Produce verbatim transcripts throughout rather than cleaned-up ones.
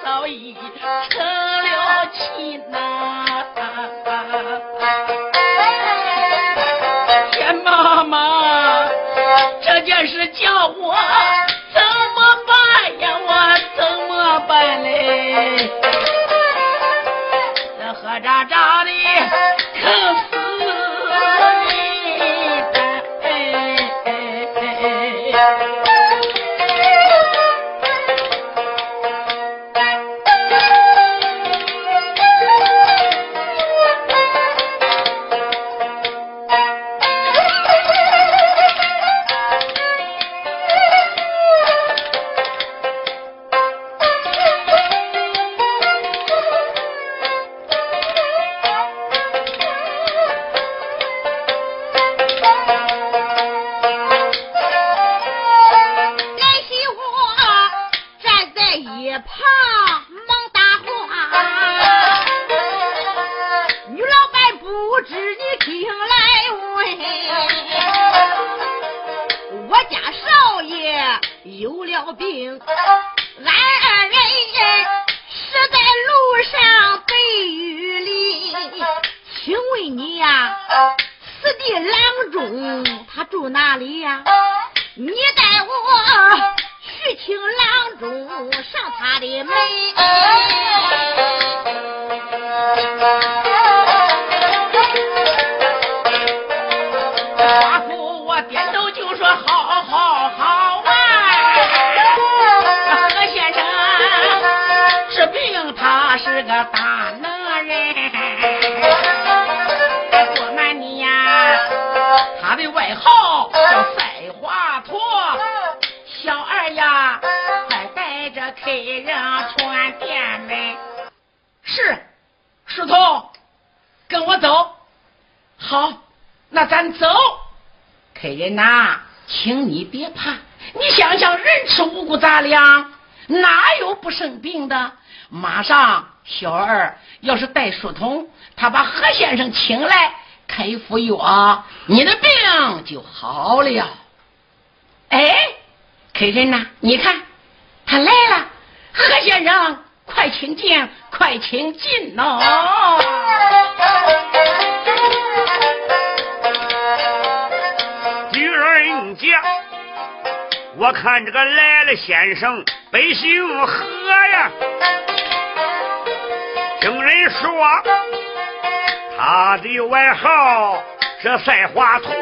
早已成了亲呐。天妈妈，这件事叫我怎么办呀？我怎么办嘞？这喝渣渣的可死你！哎哎哎哎人呐，请你别怕，你想想，人吃五谷杂粮，哪有不生病的？马上小二要是带书童，他把何先生请来开副药，你的病就好了。哎，客人呐，你看他来了，何先生，快请进，快请进哦。 我看这个来了先生北姓何呀，听人说他的外号是赛华佗，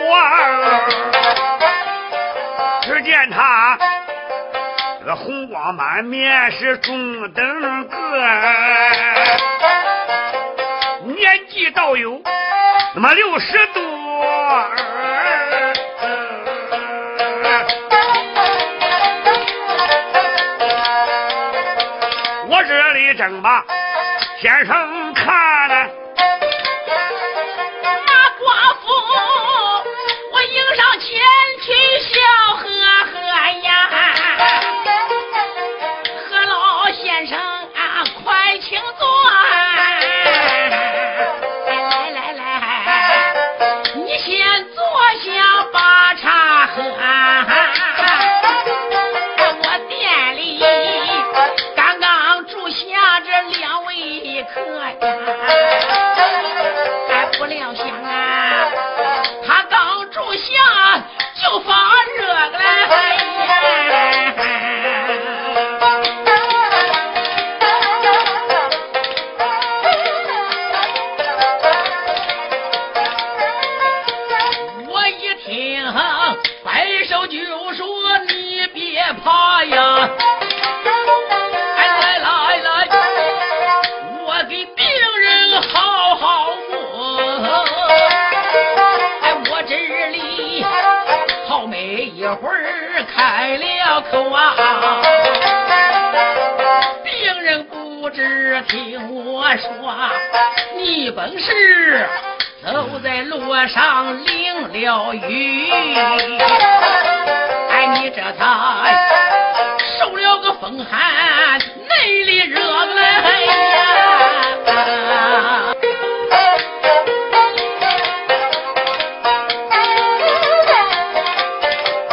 只见他这个红光满面是中等个，年纪倒有那么六十多。正吧，先生看了， 马寡妇，我迎上前去笑呵呵呀，何老先生啊，快请坐，来来来，你先坐下把茶喝。可呀，哎，不料想啊，他刚住下就发热了，哎呀！我一听，摆手就说：“你别怕呀！”一会儿开了口啊，病人不知听我说，你本是走在路上淋了雨，哎，你这才受了个风寒，内里热了呀。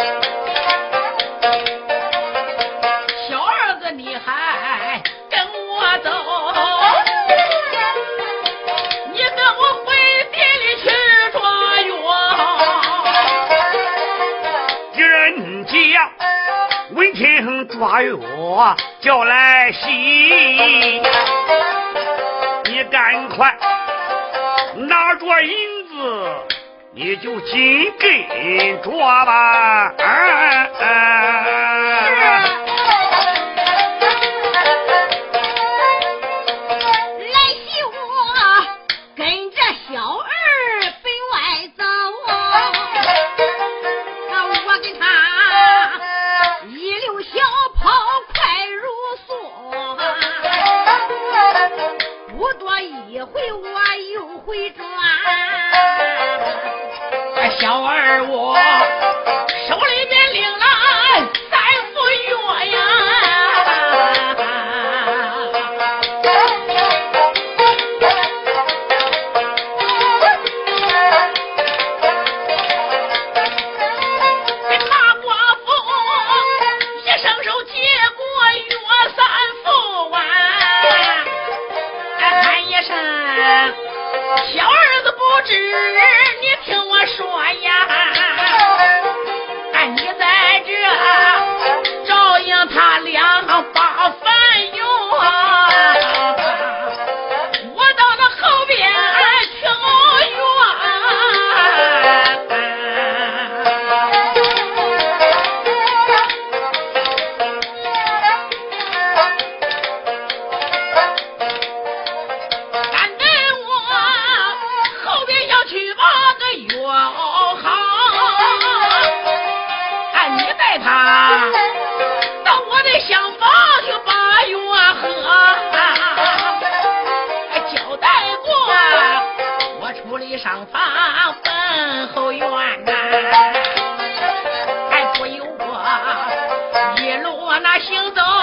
小儿子，你还跟抓药叫来袭，你赶快拿着银子，你就紧跟着吧。啊啊小儿我手里边领了三副药呀，大寡妇一伸手接过药三副啊，喊一声小儿子不知你听我说呀，哎，你在这照应他俩把饭用啊，我到那后边听药咱跟我后边要去把个药好，哎，你带他到我的厢房去把药喝，哎，交代过我出里上房奔后院呐，哎，不由我一路那行走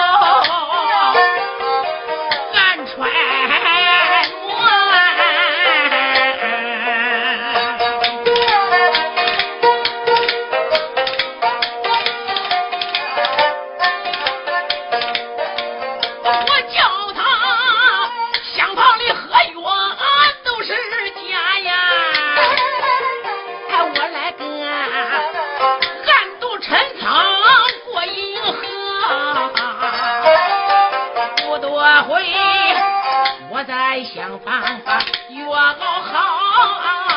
暗揣摩。我在厢房药好，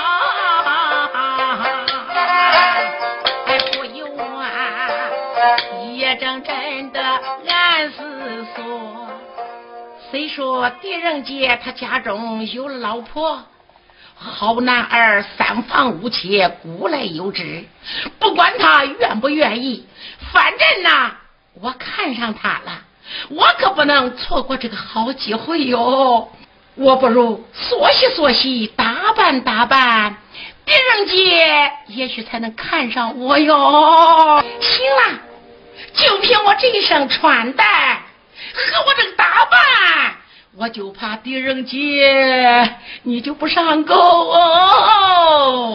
哎，不由啊一阵阵的暗思索。虽说狄仁杰他家中有了老婆，好男儿三房五妾，古来有之，不管他愿不愿意，反正呐我看上他了，我可不能错过这个好机会哟！我不如索洗索洗，打扮打扮，狄仁杰也许才能看上我哟。行了，就凭我这一身穿戴和我这个打扮，我就怕狄仁杰你就不上钩哦。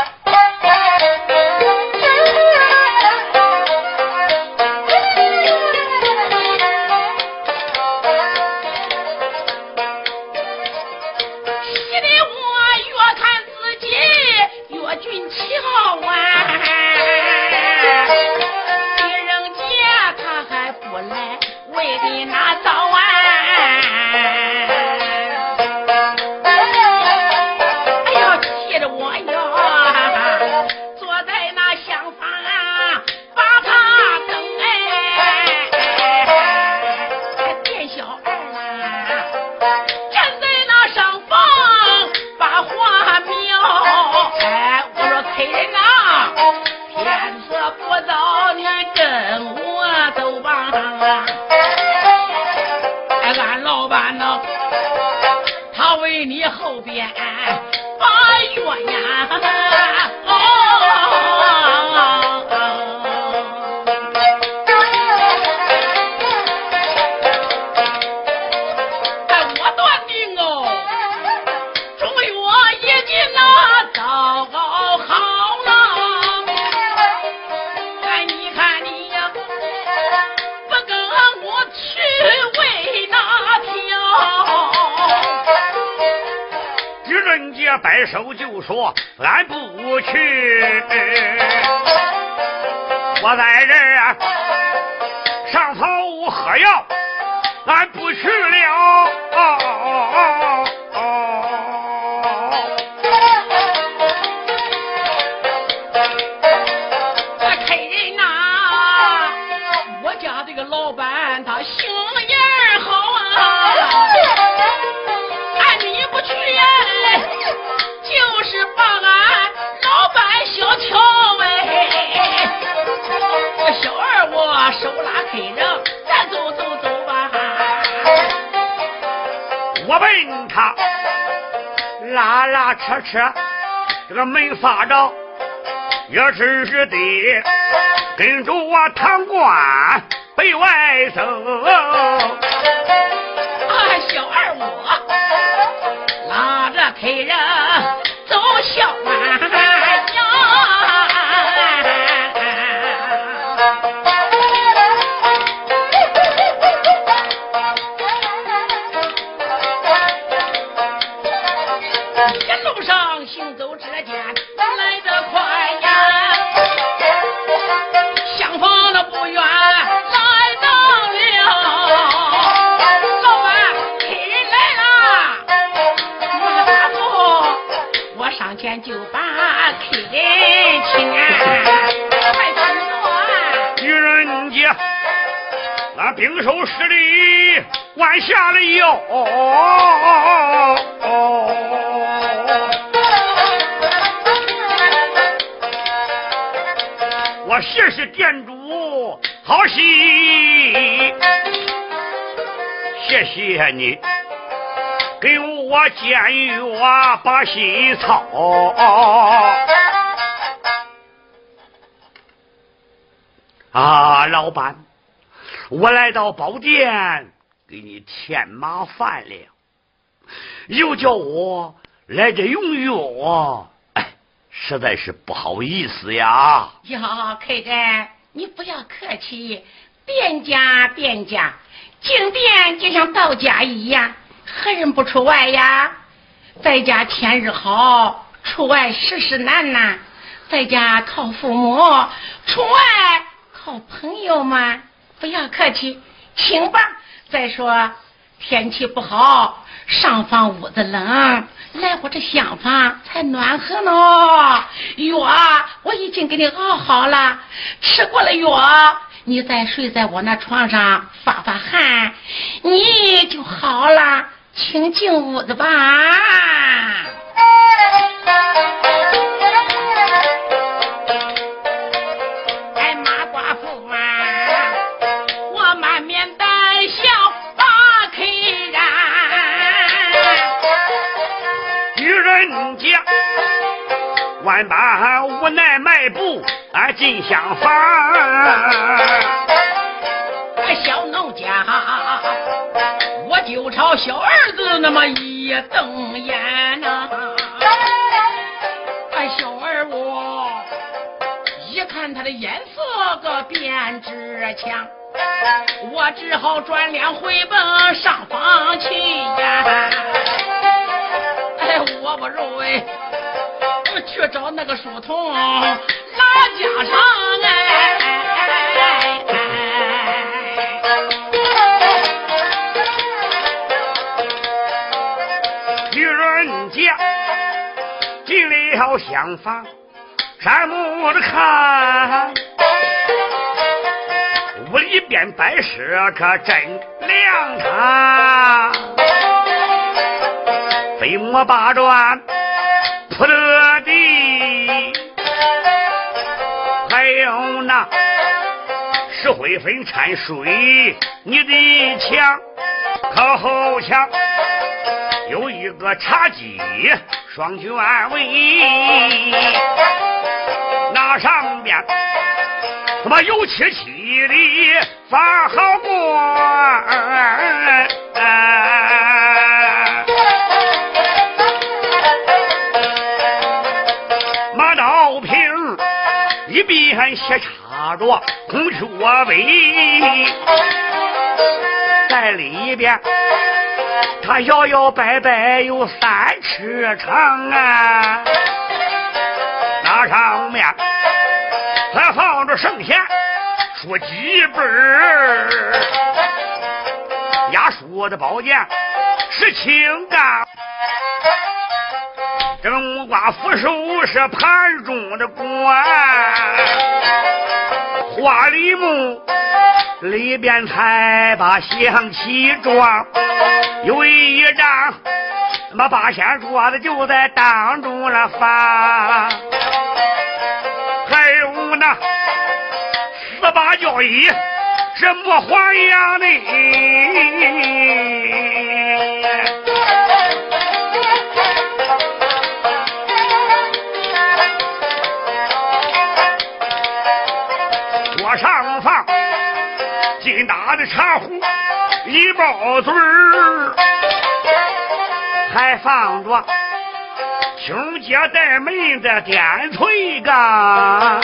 你后边把月呀，哦，哎，我断定哦，中药已经那糟糕好了。哎，你看你呀，不跟我去为那条。 人家摆手就说俺不去，我在这儿啊上房屋喝药，俺不去了。哦哦哦我客人呐，我家这个老板他心眼好啊，俺你不去呀，就是把俺老板小瞧哎。小二我手拉客人，咱走走走吧。 我问他拉拉扯扯，这个没法着，也只是得跟着我堂官北外走。 啊，小二我拉着客人走小弯呀。一路上行走之间来得快呀，相逢的不远来到了。老板，客人来了，我大步我上前就把客人请，快请坐。 女人家那冰手施礼弯下了腰。哦我谢谢店主好心，谢谢你给我监狱啊把心操。啊，老板，我来到宝殿给你添麻烦了，又叫我来这用药，哎，实在是不好意思呀。 呀，客人，你不要客气，店家店家，进店就像到家一样，何人不出外呀？在家天日好，出外事事难呐。在家靠父母，出外靠朋友嘛。不要客气，请吧。再说天气不好，上房屋子冷，来我这厢房才暖和呢。药我已经给你熬好了，吃过了药，你再睡在我那床上发发汗，你就好了。请进屋子吧。哎，马寡妇啊，我满面带笑把客人， 女人家万般无奈迈步啊进厢房。 小农家我就朝小儿子那么一瞪眼呐、啊，小儿我一看他的眼色个变之强，我只好转脸回奔上房去呀。哎，我不如哎去找那个书童拉家常哎。 进了厢房，山木的看，屋里边摆设可真亮堂，飞沫八转铺了地，还有那石灰粉掺水，你的墙靠后墙有一个茶几双卷位，那上边他妈油漆漆的发好光，马刀瓶一边斜插着孔雀尾，在里边他摇摇摆摆有三尺长啊，那上面还放着圣贤书几本儿，压书的宝剑是青钢，这个木瓜扶手是盘中的官，花梨木里边才把象棋装，有一张那么八仙桌子就在当中了放，还有那四把交椅是木花样的，桌上放金大的茶壶一包嘴儿，还放着穷街带门的点翠缸，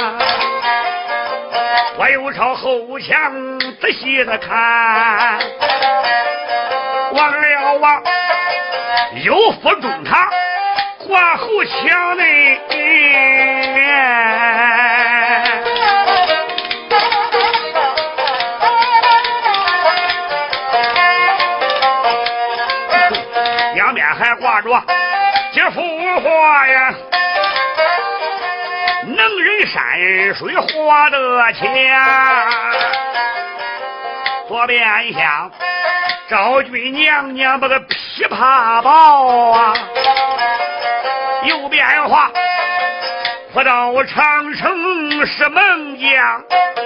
我又朝后墙仔细的看，望了望有副中堂挂后墙内，两边还挂着这幅画呀，能人山水画的墙，左边像昭君娘娘把个琵琶抱啊，右边画回到长城是孟姜。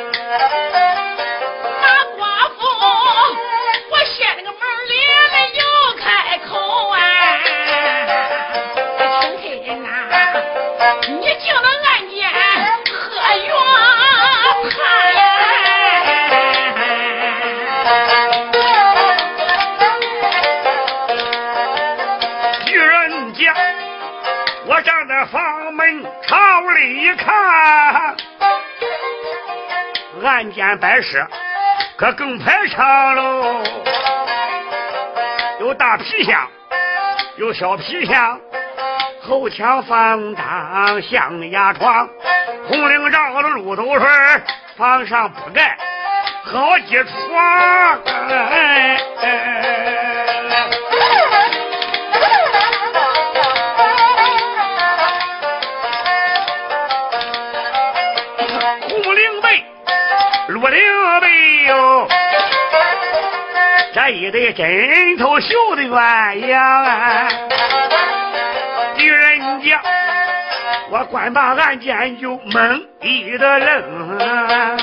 马寡妇，我掀那个门帘子又开口啊，青天呐，你就能按见何元潘，巨人家我站在房门朝里看，案件摆设可更排场喽，有大皮箱，有小皮箱，后墙放当象牙床，红绫罩的鹿头水，房上铺盖好几床，哎哎鹿翎背哟，这一对枕头绣的鸳鸯啊，女人家我观把案件就懵一的愣啊，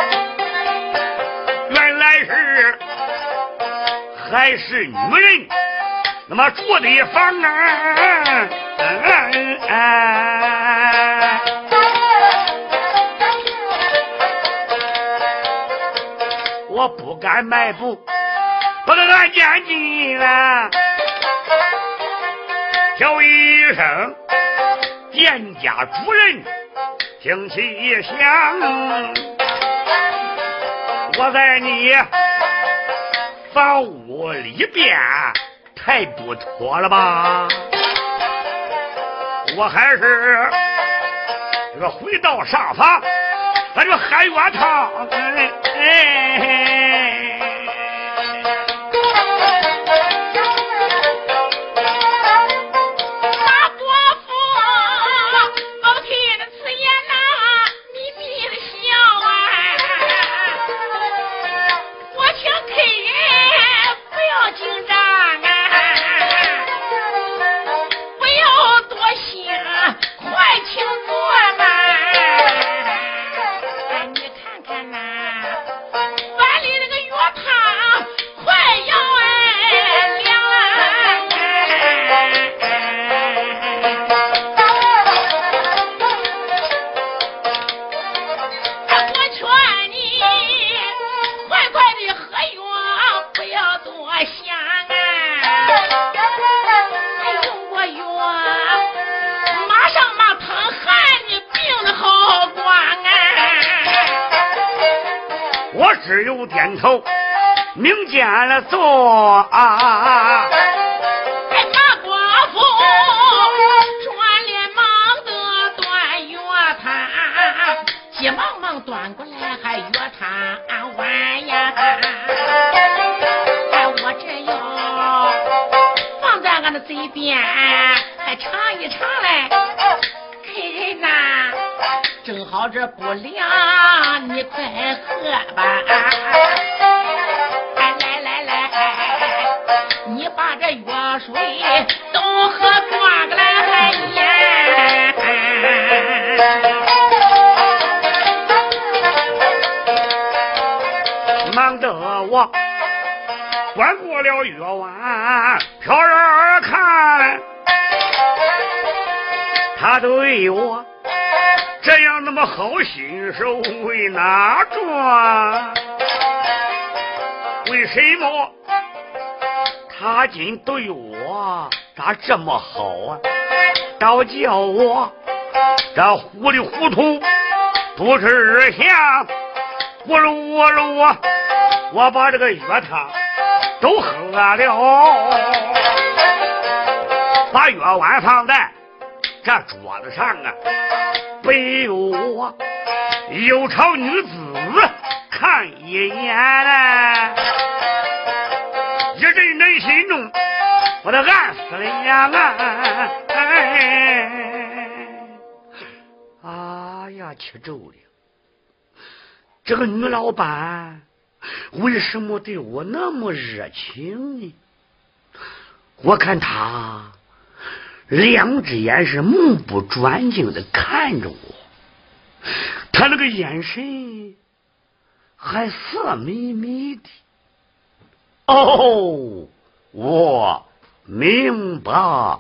原来是还是女人那么住的房啊，嗯啊我不敢迈步把这案件进了，叫一声店家主人听其响，我在你房屋里边太不妥了吧，我还是这个回到上房把这喊药汤，哎哎马寡妇，我听着此言呐，咪咪的笑啊，我请客人不要紧张啊，不要多心，快请坐嘛。 只有点头明见了做啊， 哎，马寡妇转脸忙得端药汤，急忙忙端过来还药汤， 随便还尝一尝来。客人呐，正好这不凉，你快喝吧。来来来，你把这药水都喝光了还咽。 忙得我关过了药碗，飘人儿看，他对我这样那么好心是为哪桩？为什么他竟对我咋这么好啊？倒叫我这糊里糊涂不知香，咕噜咕噜啊，我把这个药汤都喝了，把药碗放在这桌子上啊，被我有朝女子看一眼了，一阵阵心中我都暗死了呀！哎，哎呀，气皱了！这个女老板为什么对我那么热情呢？我看她两只眼是目不转睛的看着我，她那个眼神还色眯眯的。哦，我明白了。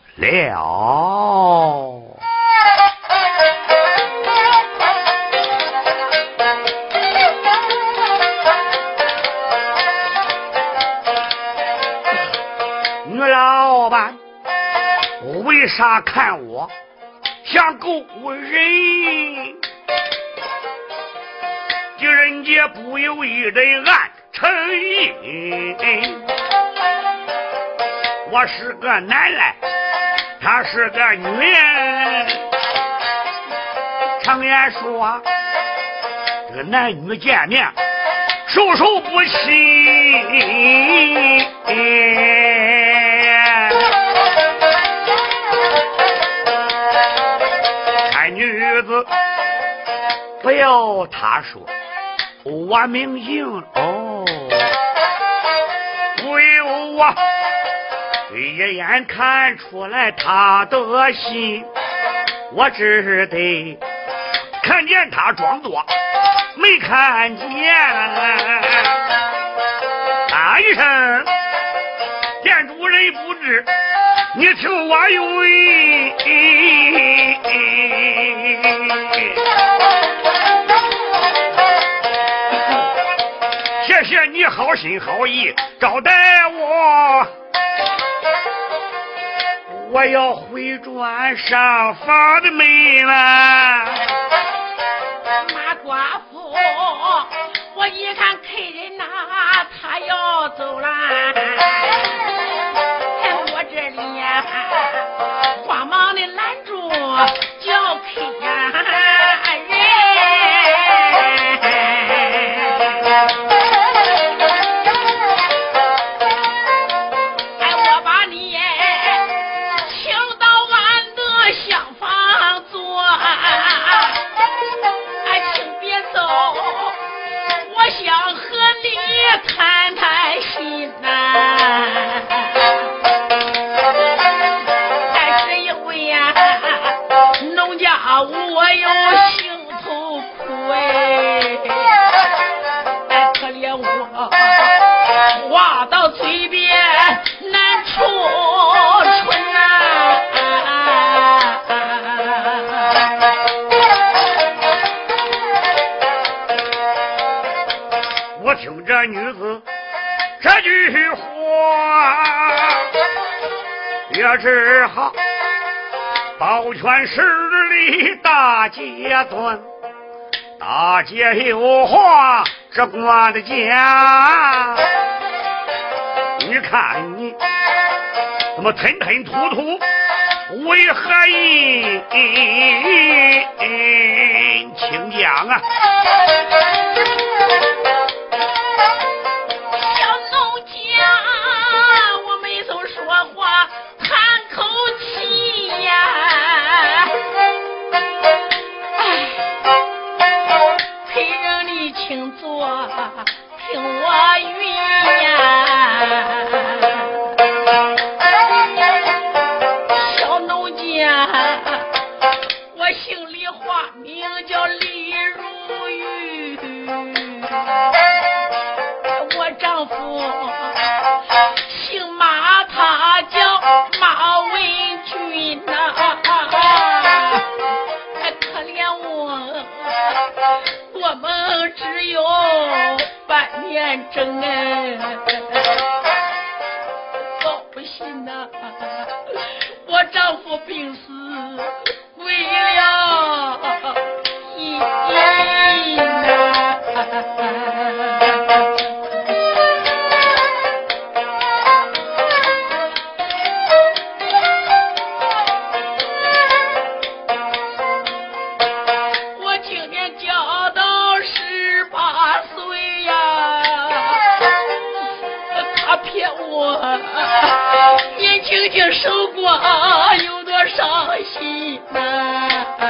女老板为啥看我像狗人？就人家不由一人暗沉吟。我是个男人，她是个女人。常言说，这个男女见面授受不亲。看女子不要她说我明镜哦，不由我一眼看出来他的心，我只得看见他装作没看见。打一声，店主人不知，你听我有意。谢谢你好心好意招待我，我要回转上房的门了。 马寡妇，我一看客人呐、啊，他要走了，在我这里呀，慌忙的拦住叫客人。谈谈心呐、啊，但是因为呀、啊，农家我有心头苦哎，哎可怜我话到嘴边难出唇啊。 我听这女子这句话，也只好保全市里大姐尊，大姐有话只管的讲。你看你怎么吞吞吐吐，为何意请讲啊？ 小农家，我没总说话太我姓李化名叫李如玉，我丈夫姓马，他叫马文君呐、啊，可怜我，我们只有半年整哎，高兴呐、啊，我丈夫病死归了阴呐。我今年交到十八岁呀，他骗我年轻轻守过有多伤心呐、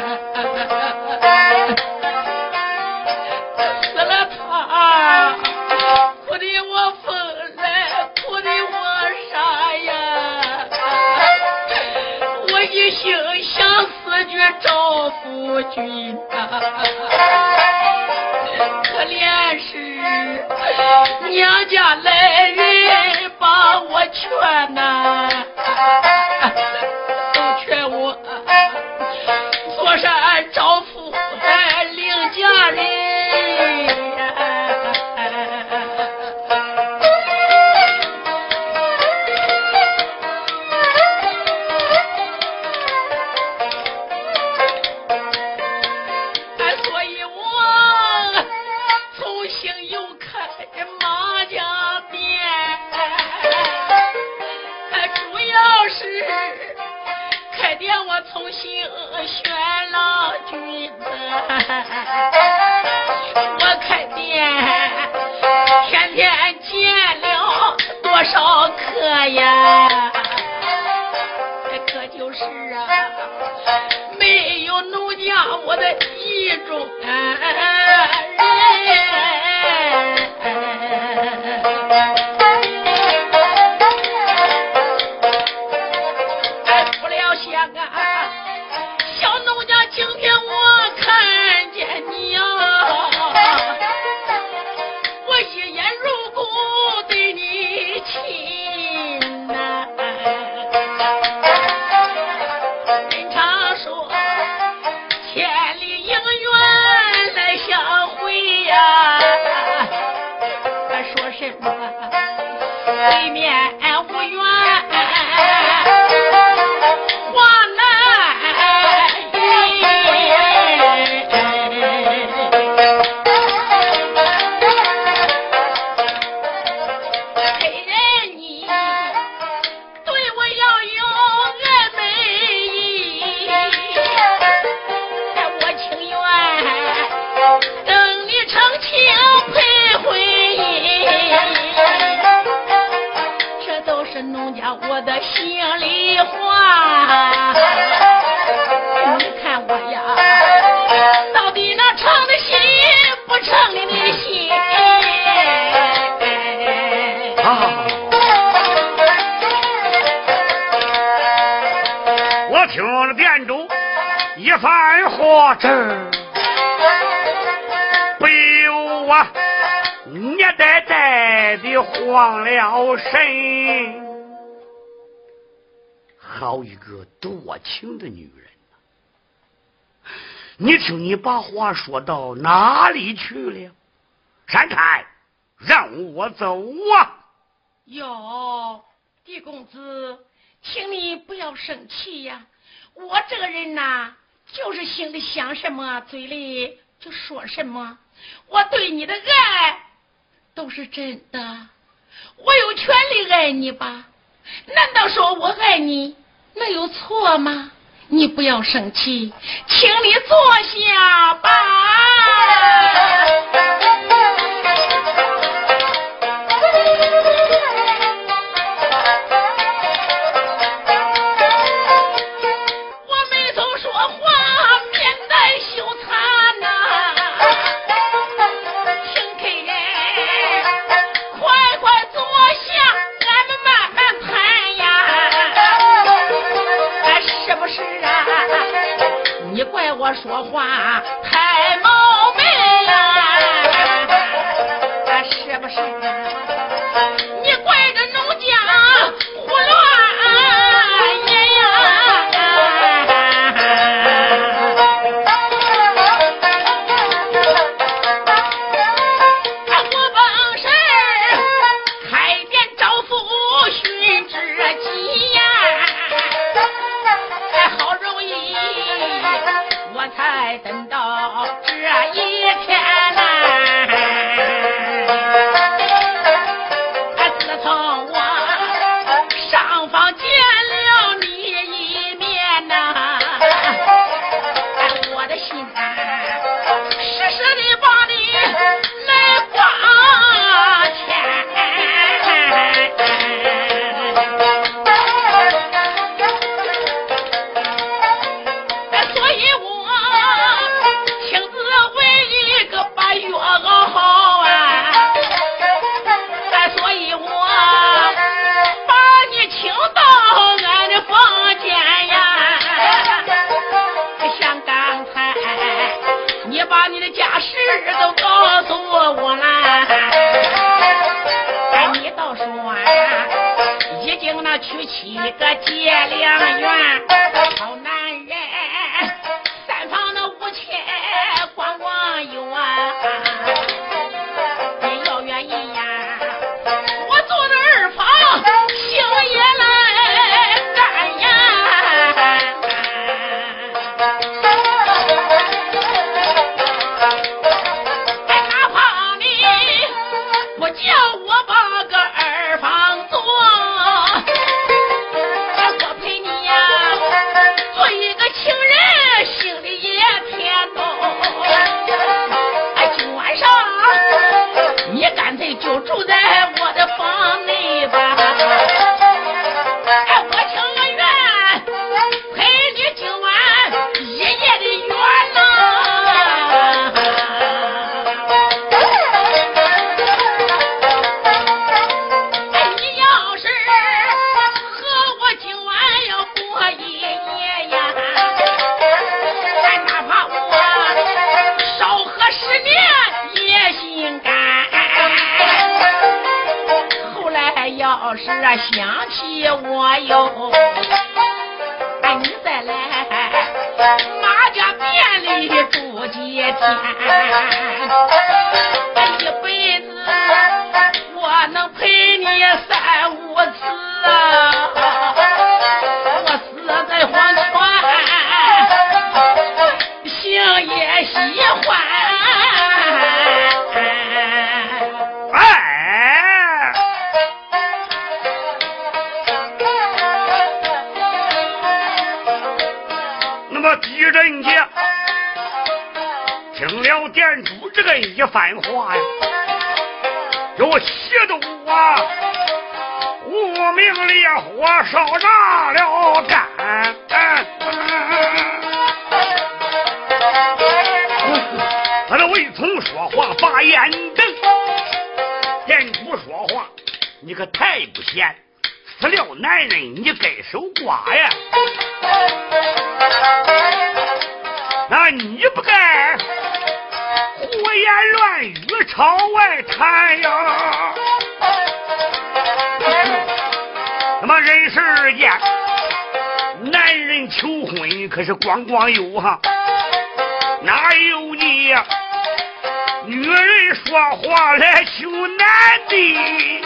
死了他哭的我疯了，哭的我傻呀，我一心想死去找夫君啊，可怜是娘家来人把我劝呐、都劝我坐山招夫领家人。所以我从新又开马家店，主要是开店我从新选了君子，我开店天天见了多少客呀，可就是啊没有农家我的意中人。出了乡啊，小农家今天我看见你啊，我一言入骨对你亲呐、人常说千里姻缘来相会呀、说什么对面无缘话难言，黑人你对我要有爱美意，我情愿等你成亲配婚姻，这都是农家我的心里话。你看我呀，到底那成的心不成你的心啊！我听了店主一番话，这不由啊捏呆呆的慌了神。好一个多情的女人啊！你听你把话说到哪里去了？闪开，让我走啊！ 哟，狄公子，请你不要生气呀，我这个人呐，就是心里想什么嘴里就说什么，我对你的爱都是真的，我有权利爱你吧？难道说我爱你那有错吗？你不要生气，请你坐下吧。我没总说话面带羞惭呐、请客人快快坐下，俺们慢慢谈呀。什不是啊？你怪我说话太冒昧呀，是不是啊？你怪着农家胡乱言呀，我本是开店招夫寻知己呀，好容易我才等到这一天呐。自从我上访见了你一面呐，我的心啊实实的把你来挂牵，所以我亲自为一个把月熬好啊，所以我把你请到俺的房间呀，像刚才你把你的家事都告诉我了，哎，你倒说已经那娶妻个结良缘，好男人三房的五千光光有啊，你要愿意呀，我做的二房情也来干呀，哪怕你不叫我把个二房做，我陪你呀做一个情人，心里也甜动。哎，今晚上你干脆就住在我的房内吧，哎，我情愿陪你今晚一夜的缘呐。哎，你要是和我今晚要过一夜呀，哎，哪怕我少喝十年也心甘。后来要是想起我哟，哎，你再来马家店里住几天，哎，一辈子我能陪你三五次啊，我死在黄泉心也喜欢。 哎，那么狄仁杰听了店主这个一番话呀，就气得我无名烈火烧炸了肝。他的魏从说话把眼瞪，店主说话你可太不贤，死了男人你该守寡呀，那你不该胡言乱语朝外谈呀。那么人世间男人求婚可是光光有哈，哪有你呀女人说话来求男的。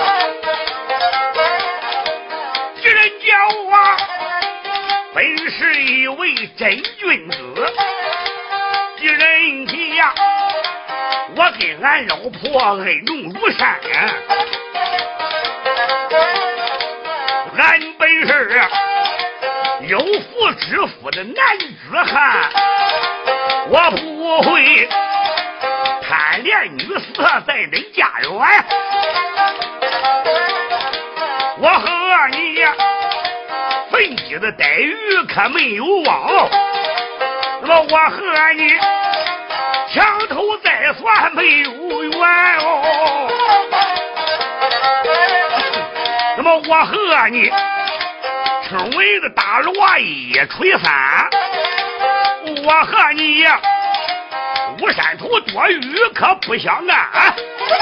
既然叫我本是一位真君子，既然你呀我跟俺老婆恩重如山，俺本是有妇之夫的男子汉，我不会贪恋女色在恁家园，我和你呀分居的待遇可没有望，那么我和你墙头再算没有缘哦，那么我和你春文的大罗一吹三，我和你呀巫山头多雨可不相干。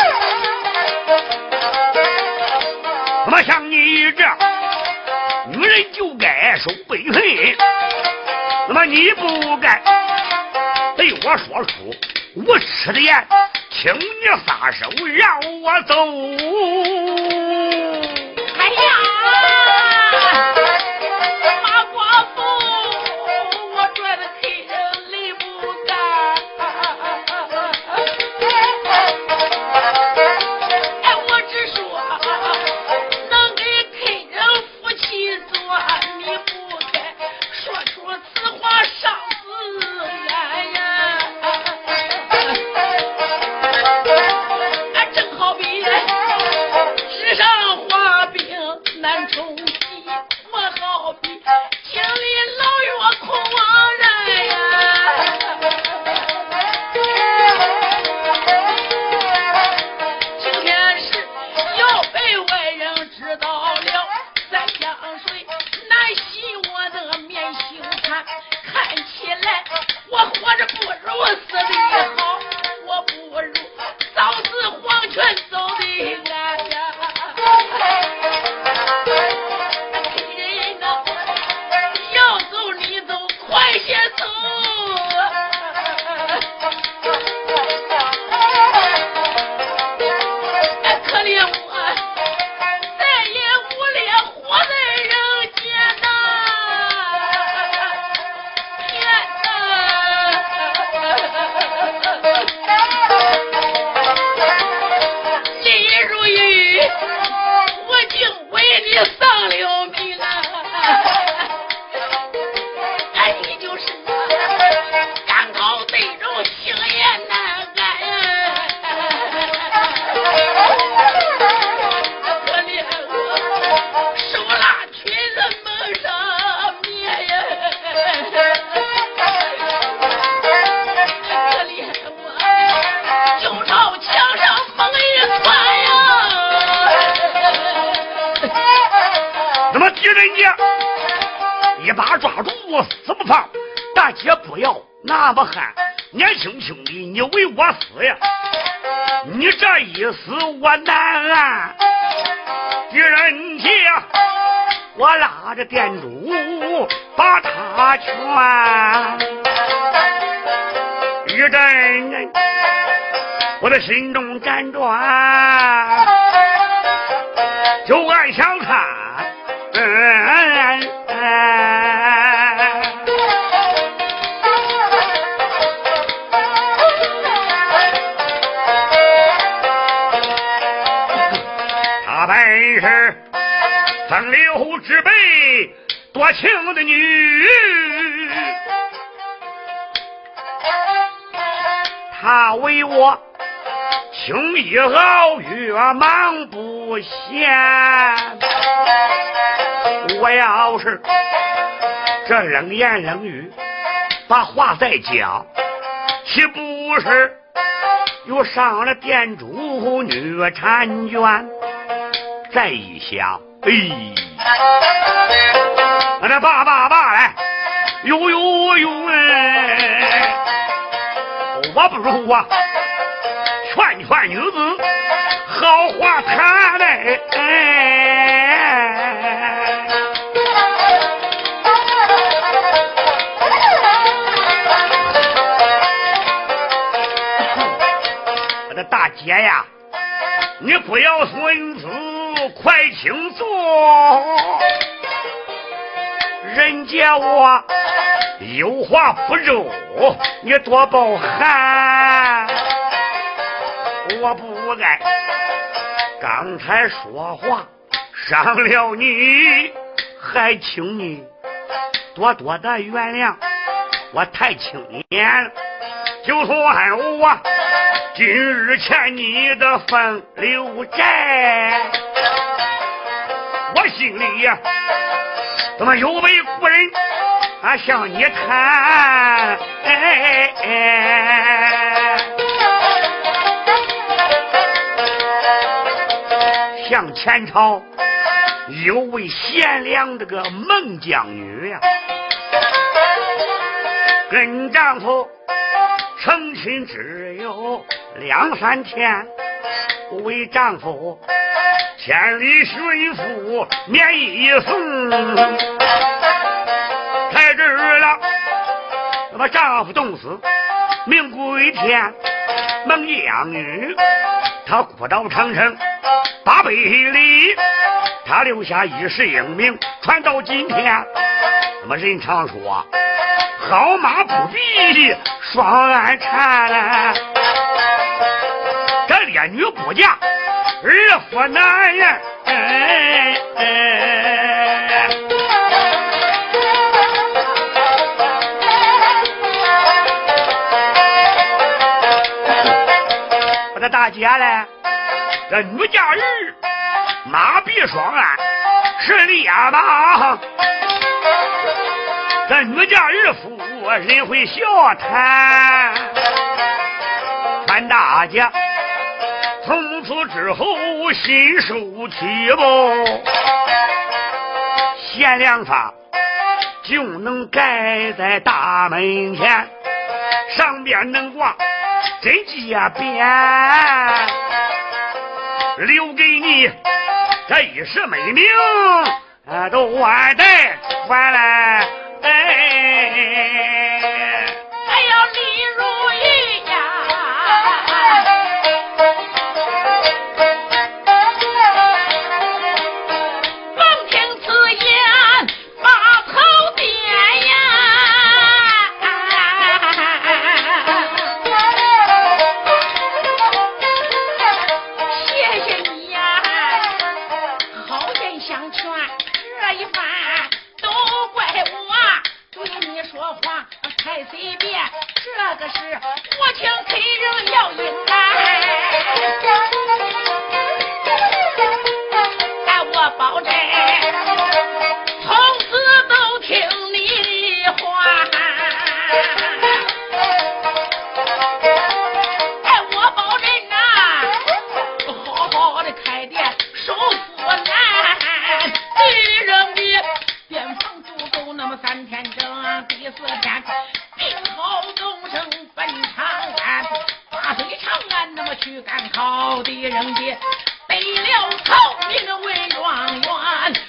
那么像你这女人就该受悲恨，那么你不该对我说出无耻的言，请你撒手让我走。 哎呀，马寡妇，我做的黑人离不开。哎，我只说能给黑人夫妻做，你不该说出此话伤死人呀。哎，正好比纸上画饼难充饥，我好比井里老月空亡人呀。今天是要被外人知道了，三江水难洗我的面羞惭，看起来我活着不如死的好，我不如早死黄泉走的安呀。黑人呐，要走你走，快些走。哎，可怜我再也无脸活在人间呐！天哪！李如玉，我竟为你丧了命啊！哎，你就是干高对中，情也难安呀！可怜我手拉裙子蒙上面呀！可怜我就朝墙上猛一窜呀！ 那么敌人家一把抓住我死不放，大姐不要那么悍，年轻轻的你为我死呀，你这一死我难安。敌人家我拉着店主把他劝，一阵阵我的心中辗转，就暗想看嗯嗯嗯他本是风流之辈，多情的女，他为我轻易熬月忙不闲。我要是这冷言冷语把话再讲，岂不是又上了店主女婵娟？再一想，哎，我这爸爸爸来，呦呦呦哎，我不如啊劝劝女子好话谈嘞，哎，我的大姐呀，你不要孙子快请坐，人家我有话不周，你多包涵。我不该刚才说话伤了你，还请你多多的原谅，我太轻言了。就算我今日欠你的风流债，我心里呀怎么有位故人啊向你谈，哎哎，像前朝有位贤良这个孟姜女呀、啊，跟丈夫成亲只有两三天，为丈夫千里寻夫免一送，才知了那么丈夫冻死命归天。孟姜女她哭到长城八百里，她留下一世英名传到今天。那么人常说好马不比双鞍缠啊，这烈女不嫁儿夫难呀、哎哎、我的大姐嘞，这女嫁人马比双鞍是烈马，这女嫁儿夫人会笑谈。看大家从此之后心受气不，贤良法就能盖在大门前，上边能挂真迹呀匾，留给你这一世美名啊，都万代传来。哎， 还要李如意呀！闻听此言，把头点呀！谢谢你呀，好言相劝，这一番都怪我。对你说话太随便，这个是我请客人要应该。哎，我保证从此都听你的话。哎，我保证啊，好好的开店收富难，对人的边防足够那么三天整。第四天病好动生奔长安，八岁长安那么去赶考敌人的，北了曹名为状元，